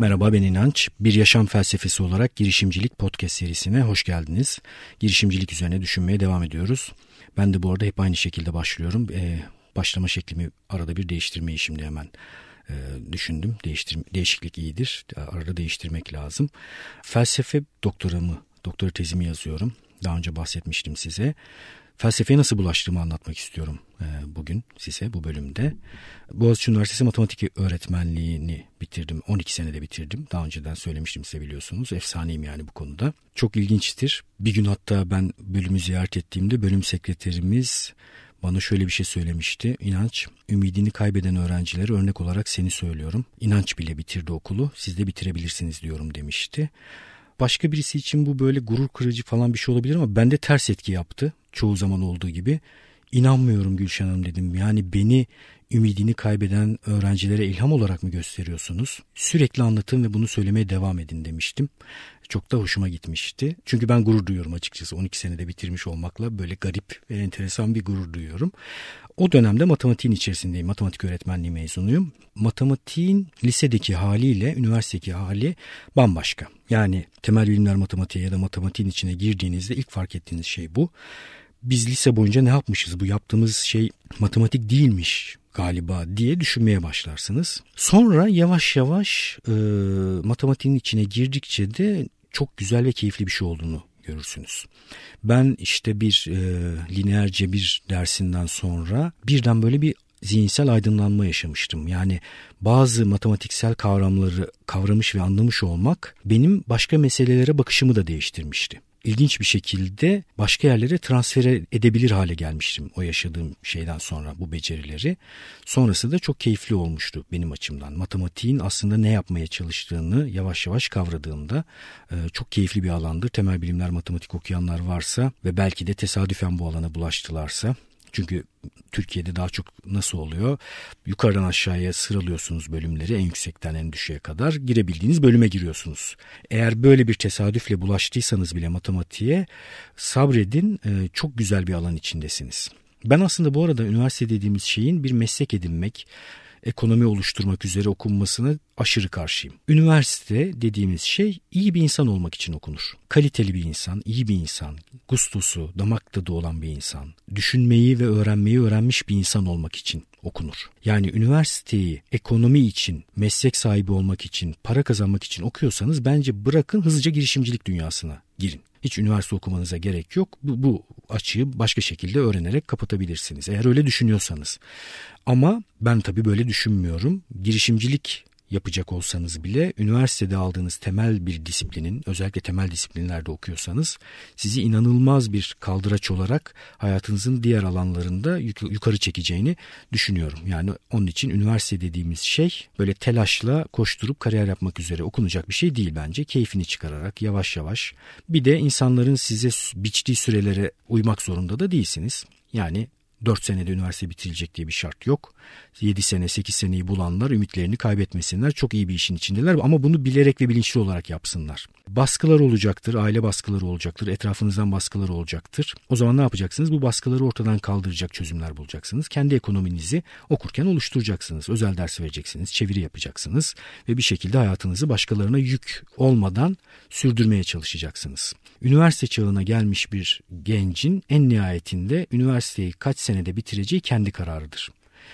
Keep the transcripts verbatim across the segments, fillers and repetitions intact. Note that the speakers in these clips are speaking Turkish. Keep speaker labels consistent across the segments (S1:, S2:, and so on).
S1: Merhaba, ben İnanç. Bir yaşam felsefesi olarak girişimcilik podcast serisine hoş geldiniz. Girişimcilik üzerine düşünmeye devam ediyoruz. Ben de bu arada hep aynı şekilde başlıyorum. Ee, başlama şeklimi arada bir değiştirmeyi şimdi hemen e, düşündüm. Değiştir, değişiklik iyidir. Arada değiştirmek lazım. Felsefe doktoramı, doktora tezimi yazıyorum. Daha önce bahsetmiştim size. Felsefeye nasıl bulaştığımı anlatmak istiyorum bugün size bu bölümde. Boğaziçi Üniversitesi Matematik Öğretmenliğini bitirdim. on iki senede bitirdim. Daha önceden söylemiştim size, biliyorsunuz. Efsaneyim yani bu konuda. Çok ilginçtir. Bir gün hatta ben bölümü ziyaret ettiğimde bölüm sekreterimiz bana şöyle bir şey söylemişti. İnanç, ümidini kaybeden öğrencilere örnek olarak seni söylüyorum. İnanç bile bitirdi okulu. Siz de bitirebilirsiniz diyorum demişti. Başka birisi için bu böyle gurur kırıcı falan bir şey olabilir ama bende ters etki yaptı. Çoğu zaman olduğu gibi. İnanmıyorum Gülşen Hanım dedim. Yani beni ümidini kaybeden öğrencilere ilham olarak mı gösteriyorsunuz? Sürekli anlatın ve bunu söylemeye devam edin demiştim. Çok da hoşuma gitmişti. Çünkü ben gurur duyuyorum açıkçası. on iki senede bitirmiş olmakla böyle garip ve enteresan bir gurur duyuyorum. O dönemde matematiğin içerisindeyim. Matematik öğretmenliği mezunuyum. Matematiğin lisedeki haliyle üniversitedeki hali bambaşka. Yani temel bilimler matematiğe ya da matematiğin içine girdiğinizde ilk fark ettiğiniz şey bu. Biz lise boyunca ne yapmışız? Bu yaptığımız şey matematik değilmiş galiba diye düşünmeye başlarsınız. Sonra yavaş yavaş e, matematiğin içine girdikçe de çok güzel ve keyifli bir şey olduğunu görürsünüz. Ben işte bir e, lineer cebir dersinden sonra birden böyle bir zihinsel aydınlanma yaşamıştım. Yani bazı matematiksel kavramları kavramış ve anlamış olmak benim başka meselelere bakışımı da değiştirmişti. İlginç bir şekilde başka yerlere transfer edebilir hale gelmiştim o yaşadığım şeyden sonra, bu becerileri. Sonrası da çok keyifli olmuştu benim açımdan. Matematiğin aslında ne yapmaya çalıştığını yavaş yavaş kavradığımda çok keyifli bir alandır. Temel bilimler matematik okuyanlar varsa ve belki de tesadüfen bu alana bulaştılarsa. Çünkü Türkiye'de daha çok nasıl oluyor? Yukarıdan aşağıya sıralıyorsunuz bölümleri, en yüksekten en düşüğe kadar girebildiğiniz bölüme giriyorsunuz. Eğer böyle bir tesadüfle bulaştıysanız bile matematiğe sabredin, çok güzel bir alan içindesiniz. Ben aslında bu arada üniversite dediğimiz şeyin bir meslek edinmek, ekonomi oluşturmak üzere okunmasına aşırı karşıyım. Üniversite dediğimiz şey iyi bir insan olmak için okunur. Kaliteli bir insan, iyi bir insan, gustosu, damak tadı olan bir insan, düşünmeyi ve öğrenmeyi öğrenmiş bir insan olmak için okunur. Yani üniversiteyi ekonomi için, meslek sahibi olmak için, para kazanmak için okuyorsanız bence bırakın, hızlıca girişimcilik dünyasına girin. Hiç üniversite okumanıza gerek yok. Bu, bu açığı başka şekilde öğrenerek kapatabilirsiniz. Eğer öyle düşünüyorsanız. Ama ben tabii böyle düşünmüyorum. Girişimcilik yapacak olsanız bile üniversitede aldığınız temel bir disiplinin, özellikle temel disiplinlerde okuyorsanız sizi inanılmaz bir kaldıraç olarak hayatınızın diğer alanlarında yukarı çekeceğini düşünüyorum. Yani onun için üniversite dediğimiz şey böyle telaşla koşturup kariyer yapmak üzere okunacak bir şey değil bence. Keyfini çıkararak yavaş yavaş, bir de insanların size biçtiği sürelere uymak zorunda da değilsiniz. Yani dört senede üniversite bitirilecek diye bir şart yok. yedi sene sekiz seneyi bulanlar ümitlerini kaybetmesinler. Çok iyi bir işin içindeler ama bunu bilerek ve bilinçli olarak yapsınlar. Baskılar olacaktır, aile baskıları olacaktır, etrafınızdan baskılar olacaktır. O zaman ne yapacaksınız? Bu baskıları ortadan kaldıracak çözümler bulacaksınız. Kendi ekonominizi okurken oluşturacaksınız. Özel ders vereceksiniz, çeviri yapacaksınız ve bir şekilde hayatınızı başkalarına yük olmadan sürdürmeye çalışacaksınız. Üniversite çağına gelmiş bir gencin en nihayetinde üniversiteyi kaç senede bitireceği kendi kararıdır.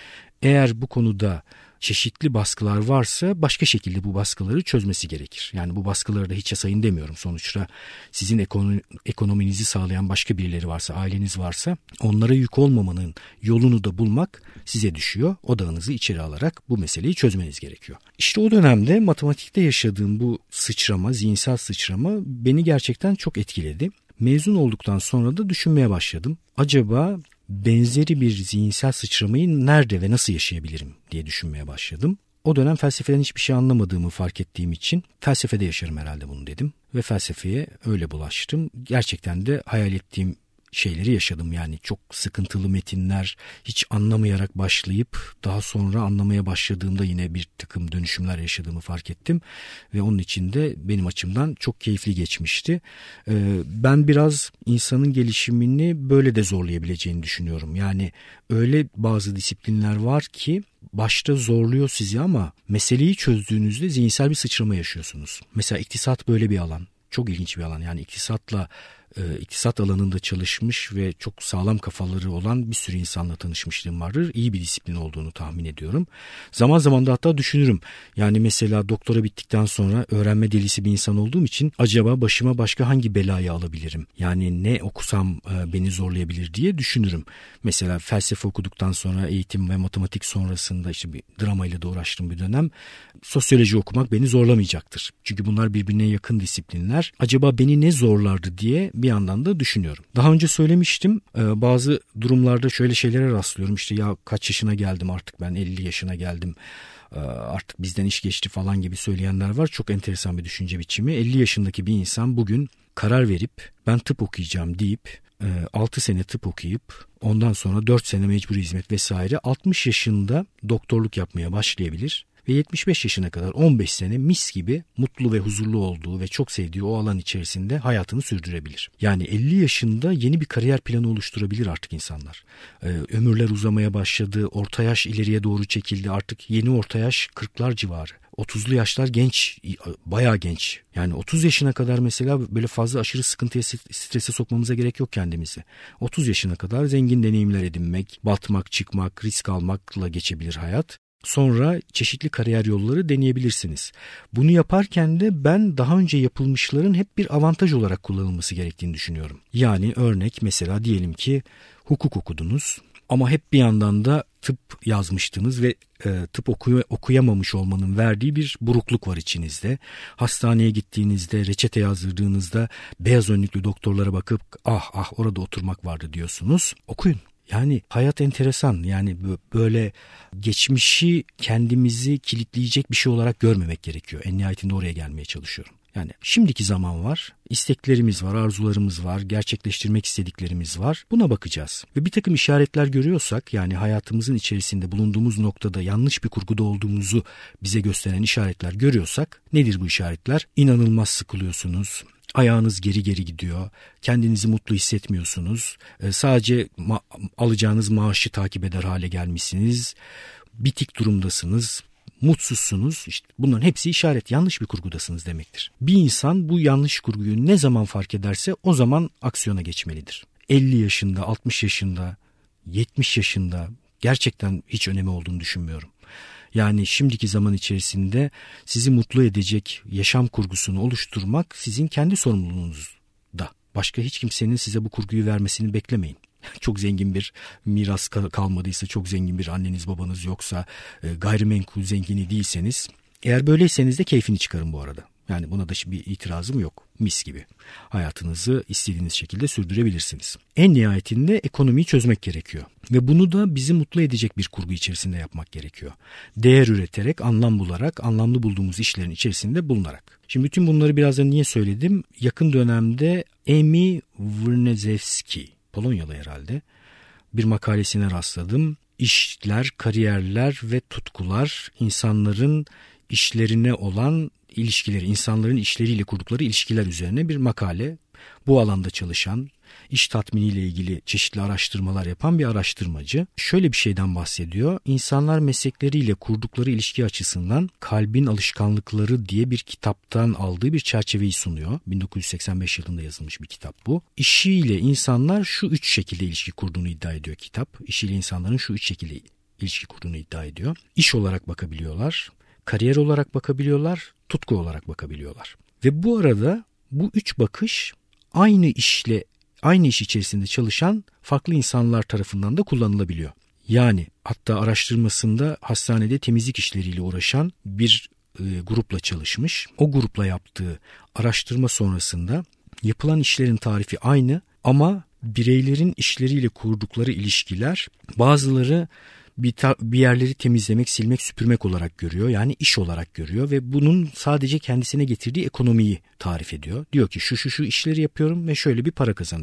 S1: Eğer bu konuda çeşitli baskılar varsa başka şekilde bu baskıları çözmesi gerekir. Yani bu baskıları da hiçe sayın demiyorum. Sonuçta sizin ekonomi, ekonominizi sağlayan başka birileri varsa, aileniz varsa onlara yük olmamanın yolunu da bulmak size düşüyor. Odağınızı içeri alarak bu meseleyi çözmeniz gerekiyor. İşte o dönemde matematikte yaşadığım bu sıçrama, zihinsel sıçrama beni gerçekten çok etkiledi. Mezun olduktan sonra da düşünmeye başladım. Acaba benzeri bir zihinsel sıçramayı nerede ve nasıl yaşayabilirim diye düşünmeye başladım. O dönem felsefeden hiçbir şey anlamadığımı fark ettiğim için felsefede yaşarım herhalde bunu dedim. Ve felsefeye öyle bulaştım. Gerçekten de hayal ettiğim şeyleri yaşadım. Yani çok sıkıntılı metinler, hiç anlamayarak başlayıp daha sonra anlamaya başladığımda yine bir takım dönüşümler yaşadığımı fark ettim. Ve onun için de benim açımdan çok keyifli geçmişti. Ben biraz insanın gelişimini böyle de zorlayabileceğini düşünüyorum. Yani öyle bazı disiplinler var ki başta zorluyor sizi ama meseleyi çözdüğünüzde zihinsel bir sıçrama yaşıyorsunuz. Mesela iktisat böyle bir alan. Çok ilginç bir alan. Yani iktisatla e, iktisat alanında çalışmış ve çok sağlam kafaları olan bir sürü insanla tanışmışlığım vardır. İyi bir disiplin olduğunu tahmin ediyorum. Zaman zaman da hatta düşünürüm. Yani mesela doktora bittikten sonra öğrenme delisi bir insan olduğum için acaba başıma başka hangi belayı alabilirim? Yani ne okusam e, beni zorlayabilir diye düşünürüm. Mesela felsefe okuduktan sonra eğitim ve matematik sonrasında işte bir dramayla da uğraştığım bir dönem sosyoloji okumak beni zorlamayacaktır. Çünkü bunlar birbirine yakın disiplinler. Acaba beni ne zorlardı diye bir yandan da düşünüyorum. Daha önce söylemiştim, bazı durumlarda şöyle şeylere rastlıyorum. İşte ya kaç yaşına geldim artık, ben elli yaşına geldim, artık bizden iş geçti falan gibi söyleyenler var. Çok enteresan bir düşünce biçimi. elli yaşındaki bir insan bugün karar verip ben tıp okuyacağım deyip altı sene tıp okuyup ondan sonra dört sene mecburi hizmet vesaire altmış yaşında doktorluk yapmaya başlayabilir. Ve yetmiş beş yaşına kadar on beş sene mis gibi mutlu ve huzurlu olduğu ve çok sevdiği o alan içerisinde hayatını sürdürebilir. Yani elli yaşında yeni bir kariyer planı oluşturabilir artık insanlar. Ee, ömürler uzamaya başladı, orta yaş ileriye doğru çekildi, artık yeni orta yaş kırklar civarı. otuzlu yaşlar genç, bayağı genç. Yani otuz yaşına kadar mesela böyle fazla aşırı sıkıntıya, strese sokmamıza gerek yok kendimizi. otuz yaşına kadar zengin deneyimler edinmek, batmak, çıkmak, risk almakla geçebilir hayat. Sonra çeşitli kariyer yolları deneyebilirsiniz. Bunu yaparken de ben daha önce yapılmışların hep bir avantaj olarak kullanılması gerektiğini düşünüyorum. Yani örnek mesela diyelim ki hukuk okudunuz ama hep bir yandan da tıp yazmıştınız ve e, tıp okuy- okuyamamış olmanın verdiği bir burukluk var içinizde. Hastaneye gittiğinizde, reçete yazdırdığınızda beyaz önlüklü doktorlara bakıp ah ah orada oturmak vardı diyorsunuz. Okuyun. Yani hayat enteresan. Yani böyle geçmişi kendimizi kilitleyecek bir şey olarak görmemek gerekiyor. En nihayetinde oraya gelmeye çalışıyorum. Yani şimdiki zaman var, isteklerimiz var, arzularımız var, gerçekleştirmek istediklerimiz var. Buna bakacağız. Ve bir takım işaretler görüyorsak, yani hayatımızın içerisinde bulunduğumuz noktada yanlış bir kurguda olduğumuzu bize gösteren işaretler görüyorsak, nedir bu işaretler? İnanılmaz sıkılıyorsunuz. Ayağınız geri geri gidiyor. Kendinizi mutlu hissetmiyorsunuz. E, sadece ma- alacağınız maaşı takip eder hale gelmişsiniz. Bitik durumdasınız. Mutsuzsunuz. İşte bunların hepsi işaret. Yanlış bir kurgudasınız demektir. Bir insan bu yanlış kurguyu ne zaman fark ederse o zaman aksiyona geçmelidir. elli yaşında, altmış yaşında, yetmiş yaşında gerçekten hiç önemi olduğunu düşünmüyorum. Yani şimdiki zaman içerisinde sizi mutlu edecek yaşam kurgusunu oluşturmak sizin kendi sorumluluğunuzda. Başka hiç kimsenin size bu kurguyu vermesini beklemeyin. Çok zengin bir miras kalmadıysa, çok zengin bir anneniz babanız yoksa, gayrimenkul zengini değilseniz, eğer böyleyseniz de keyfini çıkarın bu arada. Yani buna da bir itirazım yok. Mis gibi. Hayatınızı istediğiniz şekilde sürdürebilirsiniz. En nihayetinde ekonomiyi çözmek gerekiyor. Ve bunu da bizi mutlu edecek bir kurgu içerisinde yapmak gerekiyor. Değer üreterek, anlam bularak, anlamlı bulduğumuz işlerin içerisinde bulunarak. Şimdi bütün bunları biraz da niye söyledim? Yakın dönemde Amy Wrzniewski, Polonyalı herhalde, bir makalesine rastladım. İşler, kariyerler ve tutkular, insanların işlerine olan ilişkileri, insanların işleriyle kurdukları ilişkiler üzerine bir makale. Bu alanda çalışan, iş tatminiyle ilgili çeşitli araştırmalar yapan bir araştırmacı şöyle bir şeyden bahsediyor. İnsanlar meslekleriyle kurdukları ilişki açısından Kalbin Alışkanlıkları diye bir kitaptan aldığı bir çerçeveyi sunuyor. bin dokuz yüz seksen beş yılında yazılmış bir kitap bu. İşiyle insanlar şu üç şekilde ilişki kurduğunu iddia ediyor kitap. İşiyle insanların şu üç şekilde ilişki kurduğunu iddia ediyor. İş olarak bakabiliyorlar, kariyer olarak bakabiliyorlar, tutku olarak bakabiliyorlar. Ve bu arada bu üç bakış aynı işle, aynı iş içerisinde çalışan farklı insanlar tarafından da kullanılabiliyor. Yani hatta araştırmasında hastanede temizlik işleriyle uğraşan bir e, grupla çalışmış. O grupla yaptığı araştırma sonrasında yapılan işlerin tarifi aynı ama bireylerin işleriyle kurdukları ilişkiler, bazıları Bir, ta- bir yerleri temizlemek, silmek, süpürmek olarak görüyor. Yani iş olarak görüyor ve bunun sadece kendisine getirdiği ekonomiyi tarif ediyor. Diyor ki şu şu şu işleri yapıyorum ve şöyle bir para kazanıyorum.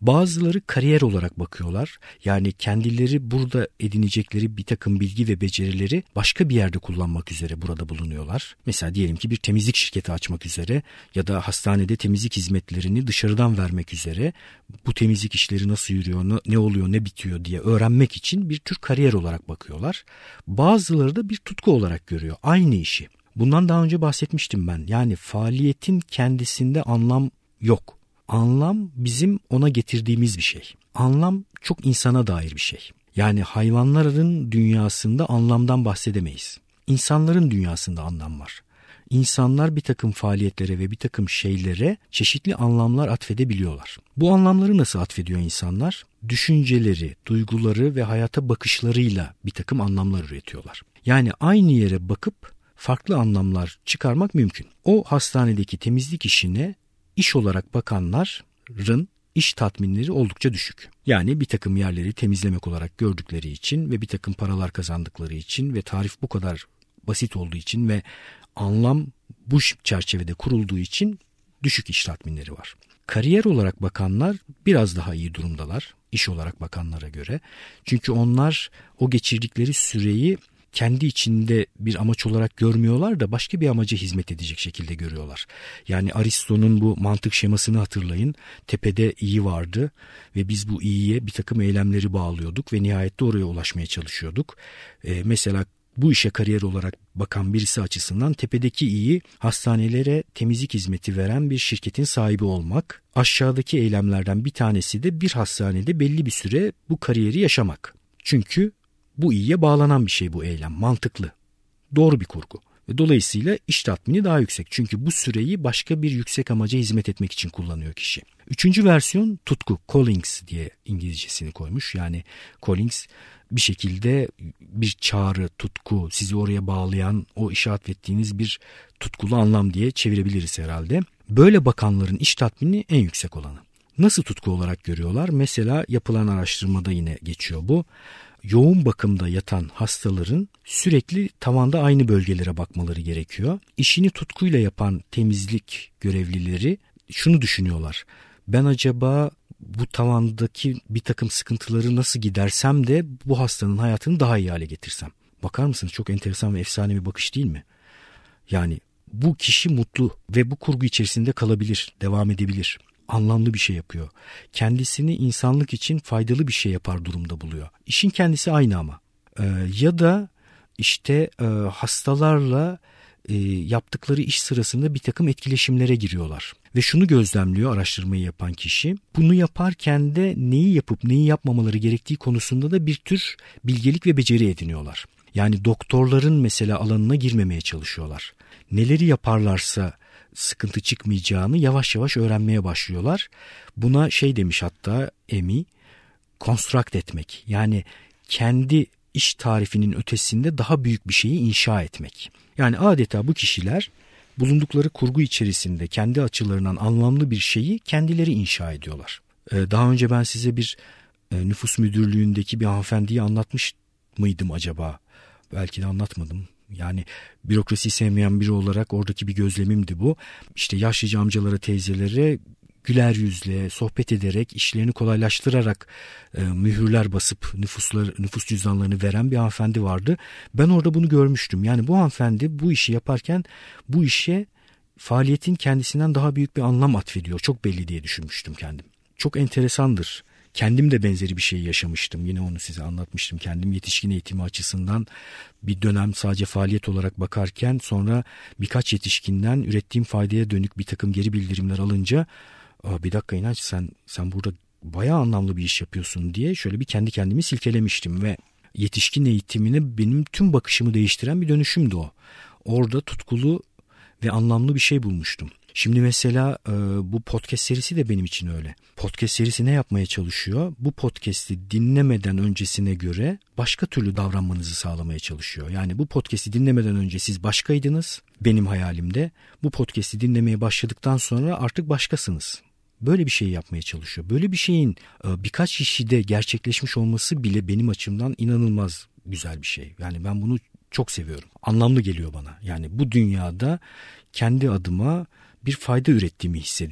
S1: Bazıları kariyer olarak bakıyorlar. Yani kendileri burada edinecekleri bir takım bilgi ve becerileri başka bir yerde kullanmak üzere burada bulunuyorlar. Mesela diyelim ki bir temizlik şirketi açmak üzere ya da hastanede temizlik hizmetlerini dışarıdan vermek üzere bu temizlik işleri nasıl yürüyor, ne oluyor, ne bitiyor diye öğrenmek için bir tür kariyer olarak bakıyorlar. Bazıları da bir tutku olarak görüyor aynı işi. Bundan daha önce bahsetmiştim ben. Yani faaliyetin kendisinde anlam yok. Anlam bizim ona getirdiğimiz bir şey. Anlam çok insana dair bir şey. Yani hayvanların dünyasında anlamdan bahsedemeyiz. İnsanların dünyasında anlam var. İnsanlar bir takım faaliyetlere ve bir takım şeylere çeşitli anlamlar atfedebiliyorlar. Bu anlamları nasıl atfediyor insanlar? Düşünceleri, duyguları ve hayata bakışlarıyla bir takım anlamlar üretiyorlar. Yani aynı yere bakıp farklı anlamlar çıkarmak mümkün. O hastanedeki temizlik işine iş olarak bakanların iş tatminleri oldukça düşük. Yani bir takım yerleri temizlemek olarak gördükleri için ve bir takım paralar kazandıkları için ve tarif bu kadar basit olduğu için ve anlam bu çerçevede kurulduğu için düşük iş tatminleri var. Kariyer olarak bakanlar biraz daha iyi durumdalar iş olarak bakanlara göre. Çünkü onlar o geçirdikleri süreyi kendi içinde bir amaç olarak görmüyorlar da başka bir amaca hizmet edecek şekilde görüyorlar. Yani Aristo'nun bu mantık şemasını hatırlayın. Tepede iyi vardı ve biz bu iyiye bir takım eylemleri bağlıyorduk ve nihayette oraya ulaşmaya çalışıyorduk. Ee, mesela bu işe kariyer olarak bakan birisi açısından tepedeki iyi hastanelere temizlik hizmeti veren bir şirketin sahibi olmak. Aşağıdaki eylemlerden bir tanesi de bir hastanede belli bir süre bu kariyeri yaşamak. Çünkü bu iyiye bağlanan bir şey bu eylem. Mantıklı. Doğru bir kurgu. Ve dolayısıyla iş tatmini daha yüksek. Çünkü bu süreyi başka bir yüksek amaca hizmet etmek için kullanıyor kişi. Üçüncü versiyon tutku. Callings diye İngilizcesini koymuş. Yani callings bir şekilde bir çağrı, tutku, sizi oraya bağlayan, o işe atfettiğiniz bir tutkulu anlam diye çevirebiliriz herhalde. Böyle bakanların iş tatmini en yüksek olanı. Nasıl tutku olarak görüyorlar? Mesela yapılan araştırmada yine geçiyor bu. Yoğun bakımda yatan hastaların sürekli tavanda aynı bölgelere bakmaları gerekiyor. İşini tutkuyla yapan temizlik görevlileri şunu düşünüyorlar. Ben acaba bu tavandaki bir takım sıkıntıları nasıl gidersem de bu hastanın hayatını daha iyi hale getirsem. Bakar mısınız? Çok enteresan ve efsane bir bakış değil mi? Yani bu kişi mutlu ve bu kurgu içerisinde kalabilir, devam edebilir. Anlamlı bir şey yapıyor. Kendisini insanlık için faydalı bir şey yapar durumda buluyor. İşin kendisi aynı ama. Ee, ya da işte e, hastalarla e, yaptıkları iş sırasında bir takım etkileşimlere giriyorlar. Ve şunu gözlemliyor araştırmayı yapan kişi. Bunu yaparken de neyi yapıp neyi yapmamaları gerektiği konusunda da bir tür bilgelik ve beceri ediniyorlar. Yani doktorların mesela alanına girmemeye çalışıyorlar. Neleri yaparlarsa sıkıntı çıkmayacağını yavaş yavaş öğrenmeye başlıyorlar. Buna şey demiş hatta Emi, construct etmek. Yani kendi iş tarifinin ötesinde daha büyük bir şeyi inşa etmek. Yani adeta bu kişiler bulundukları kurgu içerisinde kendi açılarından anlamlı bir şeyi kendileri inşa ediyorlar. Ee, daha önce ben size bir e, nüfus müdürlüğündeki bir hanımefendiyi anlatmış mıydım acaba? Belki de anlatmadım. Yani bürokrasiyi sevmeyen biri olarak oradaki bir gözlemimdi bu. İşte yaşlıca amcalara, teyzelere güler yüzle, sohbet ederek, işlerini kolaylaştırarak e, mühürler basıp nüfuslar, nüfus cüzdanlarını veren bir hanımefendi vardı. Ben orada bunu görmüştüm. Yani bu hanımefendi bu işi yaparken bu işe faaliyetin kendisinden daha büyük bir anlam atfediyor. Çok belli diye düşünmüştüm kendim. Çok enteresandır. Kendim de benzeri bir şey yaşamıştım. Yine onu size anlatmıştım. Kendim yetişkin eğitimi açısından bir dönem sadece faaliyet olarak bakarken sonra birkaç yetişkinden ürettiğim faydaya dönük bir takım geri bildirimler alınca bir dakika İnanç sen, sen burada bayağı anlamlı bir iş yapıyorsun diye şöyle bir kendi kendimi silkelemiştim ve yetişkin eğitimine benim tüm bakışımı değiştiren bir dönüşümdü o. Orada tutkulu ve anlamlı bir şey bulmuştum. Şimdi mesela e, bu podcast serisi de benim için öyle. Podcast serisi ne yapmaya çalışıyor? Bu podcast'i dinlemeden öncesine göre başka türlü davranmanızı sağlamaya çalışıyor. Yani bu podcast'i dinlemeden önce siz başkaydınız benim hayalimde. Bu podcast'i dinlemeye başladıktan sonra artık başkasınız. Böyle bir şey yapmaya çalışıyor. Böyle bir şeyin e, birkaç kişide gerçekleşmiş olması bile benim açımdan inanılmaz güzel bir şey. Yani ben bunu çok seviyorum. Anlamlı geliyor bana. Yani bu dünyada kendi adıma bir fayda ürettiğimi hissediyorum.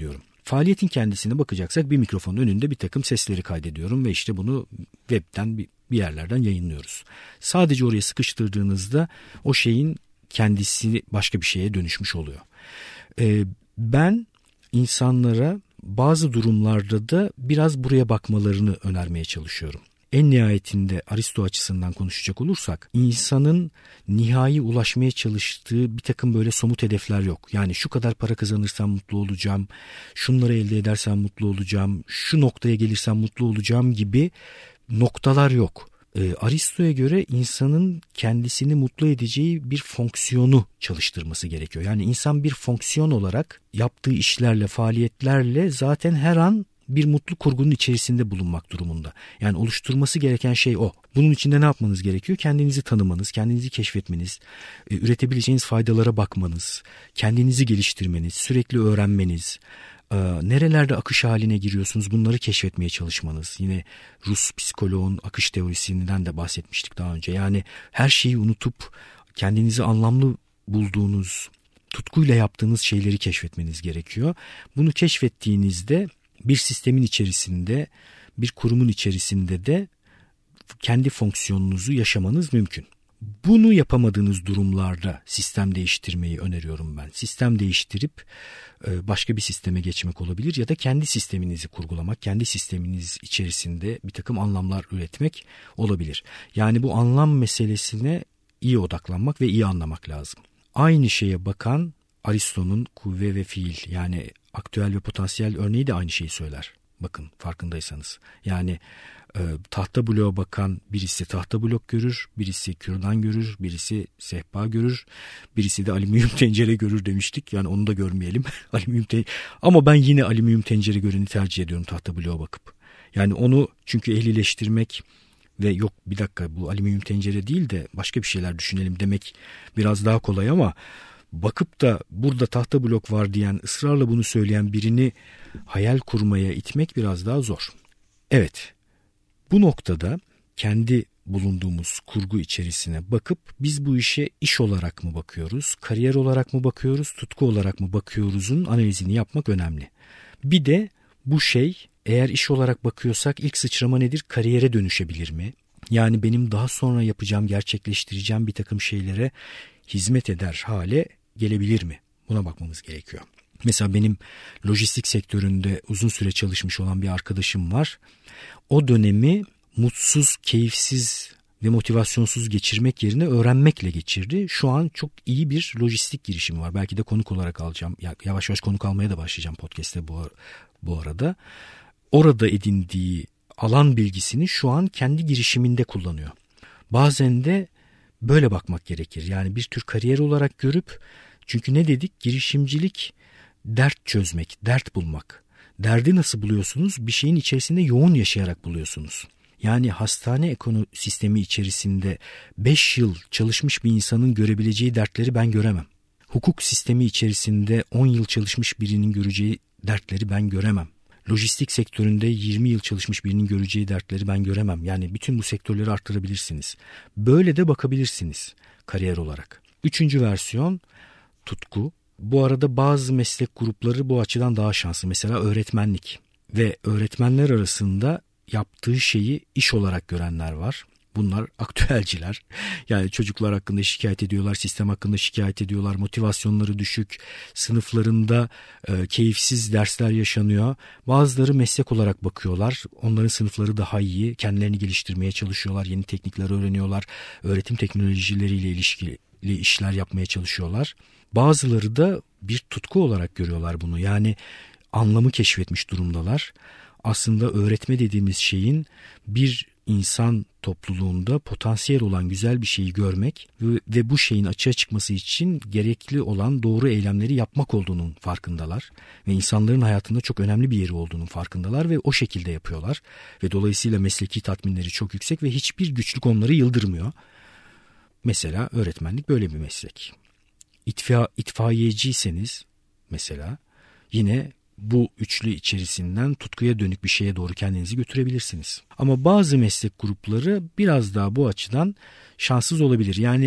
S1: Faaliyetin kendisine bakacaksak bir mikrofonun önünde bir takım sesleri kaydediyorum ve işte bunu webten bir yerlerden yayınlıyoruz. Sadece oraya sıkıştırdığınızda o şeyin kendisi başka bir şeye dönüşmüş oluyor. Ee, ben insanlara bazı durumlarda da biraz buraya bakmalarını önermeye çalışıyorum. En nihayetinde Aristo açısından konuşacak olursak insanın nihai ulaşmaya çalıştığı bir takım böyle somut hedefler yok. Yani şu kadar para kazanırsam mutlu olacağım, şunları elde edersem mutlu olacağım, şu noktaya gelirsem mutlu olacağım gibi noktalar yok. Ee, Aristo'ya göre insanın kendisini mutlu edeceği bir fonksiyonu çalıştırması gerekiyor. Yani insan bir fonksiyon olarak yaptığı işlerle, faaliyetlerle zaten her an bir mutlu kurgunun içerisinde bulunmak durumunda. Yani oluşturması gereken şey o. Bunun için de ne yapmanız gerekiyor? Kendinizi tanımanız, kendinizi keşfetmeniz, üretebileceğiniz faydalara bakmanız, kendinizi geliştirmeniz, sürekli öğrenmeniz, nerelerde akış haline giriyorsunuz bunları keşfetmeye çalışmanız. Yine Rus psikoloğun akış teorisinden de bahsetmiştik daha önce. Yani her şeyi unutup kendinizi anlamlı bulduğunuz, tutkuyla yaptığınız şeyleri keşfetmeniz gerekiyor. Bunu keşfettiğinizde bir sistemin içerisinde, bir kurumun içerisinde de kendi fonksiyonunuzu yaşamanız mümkün. Bunu yapamadığınız durumlarda sistem değiştirmeyi öneriyorum ben. Sistem değiştirip başka bir sisteme geçmek olabilir ya da kendi sisteminizi kurgulamak, kendi sisteminiz içerisinde bir takım anlamlar üretmek olabilir. Yani bu anlam meselesine iyi odaklanmak ve iyi anlamak lazım. Aynı şeye bakan Aristo'nun kuvve ve fiil, yani aktüel ve potansiyel örneği de aynı şeyi söyler. Bakın farkındaysanız. Yani e, tahta bloğa bakan birisi tahta blok görür, birisi kürdan görür, birisi sehpa görür, birisi de alüminyum tencere görür demiştik. Yani onu da görmeyelim. alüminyum te- Ama ben yine alüminyum tencere göreni tercih ediyorum tahta bloğa bakıp. Yani onu çünkü ehlileştirmek ve yok bir dakika bu alüminyum tencere değil de başka bir şeyler düşünelim demek biraz daha kolay ama bakıp da burada tahta blok var diyen, ısrarla bunu söyleyen birini hayal kurmaya itmek biraz daha zor. Evet, bu noktada kendi bulunduğumuz kurgu içerisine bakıp biz bu işe iş olarak mı bakıyoruz, kariyer olarak mı bakıyoruz, tutku olarak mı bakıyoruzun analizini yapmak önemli. Bir de bu şey eğer iş olarak bakıyorsak ilk sıçrama nedir? Kariyere dönüşebilir mi? Yani benim daha sonra yapacağım, gerçekleştireceğim bir takım şeylere hizmet eder hale gelebilir mi? Buna bakmamız gerekiyor. Mesela benim lojistik sektöründe uzun süre çalışmış olan bir arkadaşım var. O dönemi mutsuz, keyifsiz ve motivasyonsuz geçirmek yerine öğrenmekle geçirdi. Şu an çok iyi bir lojistik girişimi var. Belki de konuk olarak alacağım. Yavaş yavaş konuk almaya da başlayacağım podcast'te bu, bu arada. Orada edindiği alan bilgisini şu an kendi girişiminde kullanıyor. Bazen de böyle bakmak gerekir. Yani bir tür kariyer olarak görüp, çünkü ne dedik? Girişimcilik dert çözmek, dert bulmak. Derdi nasıl buluyorsunuz? Bir şeyin içerisinde yoğun yaşayarak buluyorsunuz. Yani hastane ekosistemi içerisinde beş yıl çalışmış bir insanın görebileceği dertleri ben göremem. Hukuk sistemi içerisinde on yıl çalışmış birinin göreceği dertleri ben göremem. Lojistik sektöründe yirmi yıl çalışmış birinin göreceği dertleri ben göremem. Yani bütün bu sektörleri arttırabilirsiniz. Böyle de bakabilirsiniz kariyer olarak. Üçüncü versiyon tutku. Bu arada bazı meslek grupları bu açıdan daha şanslı. Mesela öğretmenlik ve öğretmenler arasında yaptığı şeyi iş olarak görenler var. Bunlar aktüelciler. Yani çocuklar hakkında şikayet ediyorlar, sistem hakkında şikayet ediyorlar, motivasyonları düşük, sınıflarında e, keyifsiz dersler yaşanıyor. Bazıları meslek olarak bakıyorlar, onların sınıfları daha iyi, kendilerini geliştirmeye çalışıyorlar, yeni teknikler öğreniyorlar, öğretim teknolojileriyle ilişkili işler yapmaya çalışıyorlar. Bazıları da bir tutku olarak görüyorlar bunu, yani anlamı keşfetmiş durumdalar. Aslında öğretme dediğimiz şeyin bir insan topluluğunda potansiyel olan güzel bir şeyi görmek ve, ve bu şeyin açığa çıkması için gerekli olan doğru eylemleri yapmak olduğunun farkındalar. Ve insanların hayatında çok önemli bir yeri olduğunun farkındalar ve o şekilde yapıyorlar. Ve dolayısıyla mesleki tatminleri çok yüksek ve hiçbir güçlük onları yıldırmıyor. Mesela öğretmenlik böyle bir meslek. İtfa, itfaiyeciyseniz mesela yine bu üçlü içerisinden tutkuya dönük bir şeye doğru kendinizi götürebilirsiniz. Ama bazı meslek grupları biraz daha bu açıdan şanssız olabilir. Yani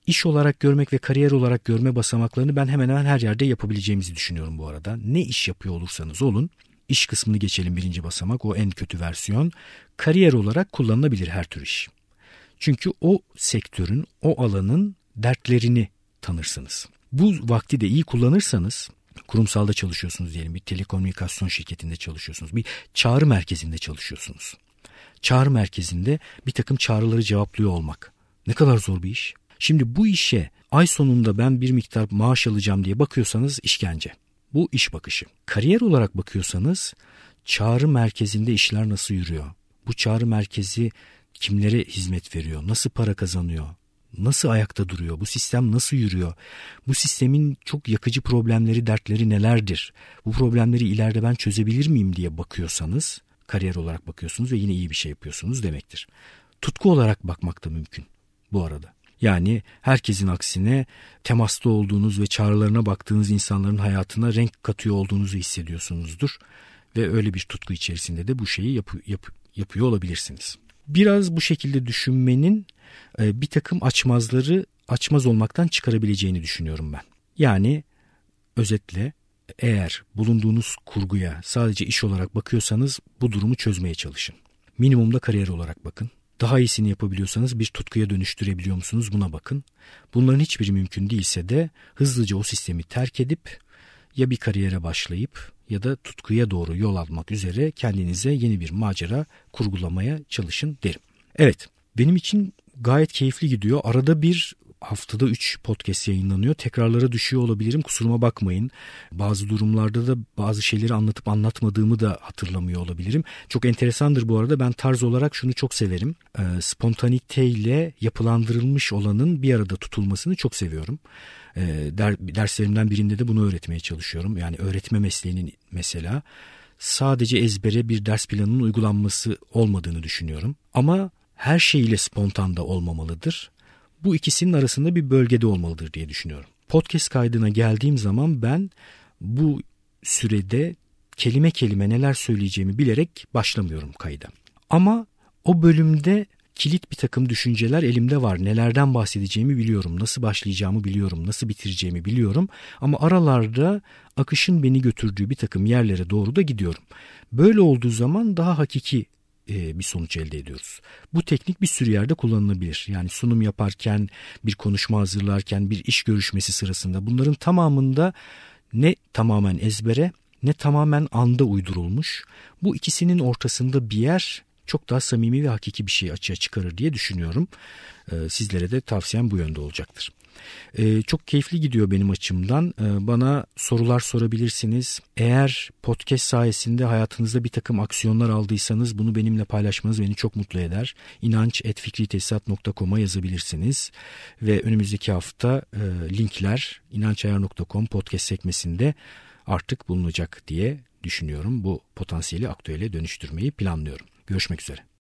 S1: iş olarak görmek ve kariyer olarak görme basamaklarını ben hemen hemen her yerde yapabileceğimizi düşünüyorum bu arada. Ne iş yapıyor olursanız olun, iş kısmını geçelim, birinci basamak, o en kötü versiyon. Kariyer olarak kullanılabilir her tür iş. Çünkü o sektörün, o alanın dertlerini tanırsınız. Bu vakti de iyi kullanırsanız, kurumsalda çalışıyorsunuz diyelim, bir telekomünikasyon şirketinde çalışıyorsunuz, bir çağrı merkezinde çalışıyorsunuz. Çağrı merkezinde bir takım çağrıları cevaplıyor olmak ne kadar zor bir iş. Şimdi bu işe ay sonunda ben bir miktar maaş alacağım diye bakıyorsanız işkence. Bu iş bakışı. Kariyer olarak bakıyorsanız çağrı merkezinde işler nasıl yürüyor? Bu çağrı merkezi kimlere hizmet veriyor? Nasıl para kazanıyor? Nasıl ayakta duruyor? Bu sistem nasıl yürüyor? Bu sistemin çok yakıcı problemleri, dertleri nelerdir? Bu problemleri ileride ben çözebilir miyim diye bakıyorsanız, kariyer olarak bakıyorsunuz ve yine iyi bir şey yapıyorsunuz demektir. Tutku olarak bakmak da mümkün bu arada. Yani herkesin aksine temasta olduğunuz ve çağrılarına baktığınız insanların hayatına renk katıyor olduğunuzu hissediyorsunuzdur. Ve öyle bir tutku içerisinde de bu şeyi yap, yap, yapıyor olabilirsiniz. Biraz bu şekilde düşünmenin e, bir takım açmazları açmaz olmaktan çıkarabileceğini düşünüyorum ben. Yani özetle, eğer bulunduğunuz kurguya sadece iş olarak bakıyorsanız bu durumu çözmeye çalışın. Minimumda kariyer olarak bakın. Daha iyisini yapabiliyorsanız bir tutkuya dönüştürebiliyor musunuz, buna bakın. Bunların hiçbiri mümkün değilse de hızlıca o sistemi terk edip ya bir kariyere başlayıp ya da tutkuya doğru yol almak üzere kendinize yeni bir macera kurgulamaya çalışın derim. Evet, benim için gayet keyifli gidiyor. Arada bir, haftada üç podcast yayınlanıyor. Tekrarlara düşüyor olabilirim, kusuruma bakmayın. Bazı durumlarda da bazı şeyleri anlatıp anlatmadığımı da hatırlamıyor olabilirim. Çok enteresandır bu arada. Ben tarz olarak şunu çok severim. E, spontaniteyle yapılandırılmış olanın bir arada tutulmasını çok seviyorum. E, der, derslerimden birinde de bunu öğretmeye çalışıyorum. Yani öğretme mesleğinin mesela sadece ezbere bir ders planının uygulanması olmadığını düşünüyorum. Ama her şeyiyle spontan da olmamalıdır. Bu ikisinin arasında bir bölgede olmalıdır diye düşünüyorum. Podcast kaydına geldiğim zaman ben bu sürede kelime kelime neler söyleyeceğimi bilerek başlamıyorum kayda. Ama o bölümde kilit bir takım düşünceler elimde var. Nelerden bahsedeceğimi biliyorum, nasıl başlayacağımı biliyorum, nasıl bitireceğimi biliyorum. Ama aralarda akışın beni götürdüğü bir takım yerlere doğru da gidiyorum. Böyle olduğu zaman daha hakiki bir sonuç elde ediyoruz. Bu teknik bir sürü yerde kullanılabilir. Yani sunum yaparken, bir konuşma hazırlarken, bir iş görüşmesi sırasında, bunların tamamında ne tamamen ezbere ne tamamen anda uydurulmuş. Bu ikisinin ortasında bir yer çok daha samimi ve hakiki bir şey açığa çıkarır diye düşünüyorum. Sizlere de tavsiyem bu yönde olacaktır. Ee, çok keyifli gidiyor benim açımdan. Ee, bana sorular sorabilirsiniz. Eğer podcast sayesinde hayatınızda bir takım aksiyonlar aldıysanız bunu benimle paylaşmanız beni çok mutlu eder. inanç et fikritesisat nokta com'a yazabilirsiniz. Ve önümüzdeki hafta e, linkler inançayar nokta com podcast sekmesinde artık bulunacak diye düşünüyorum. Bu potansiyeli aktüele dönüştürmeyi planlıyorum. Görüşmek üzere.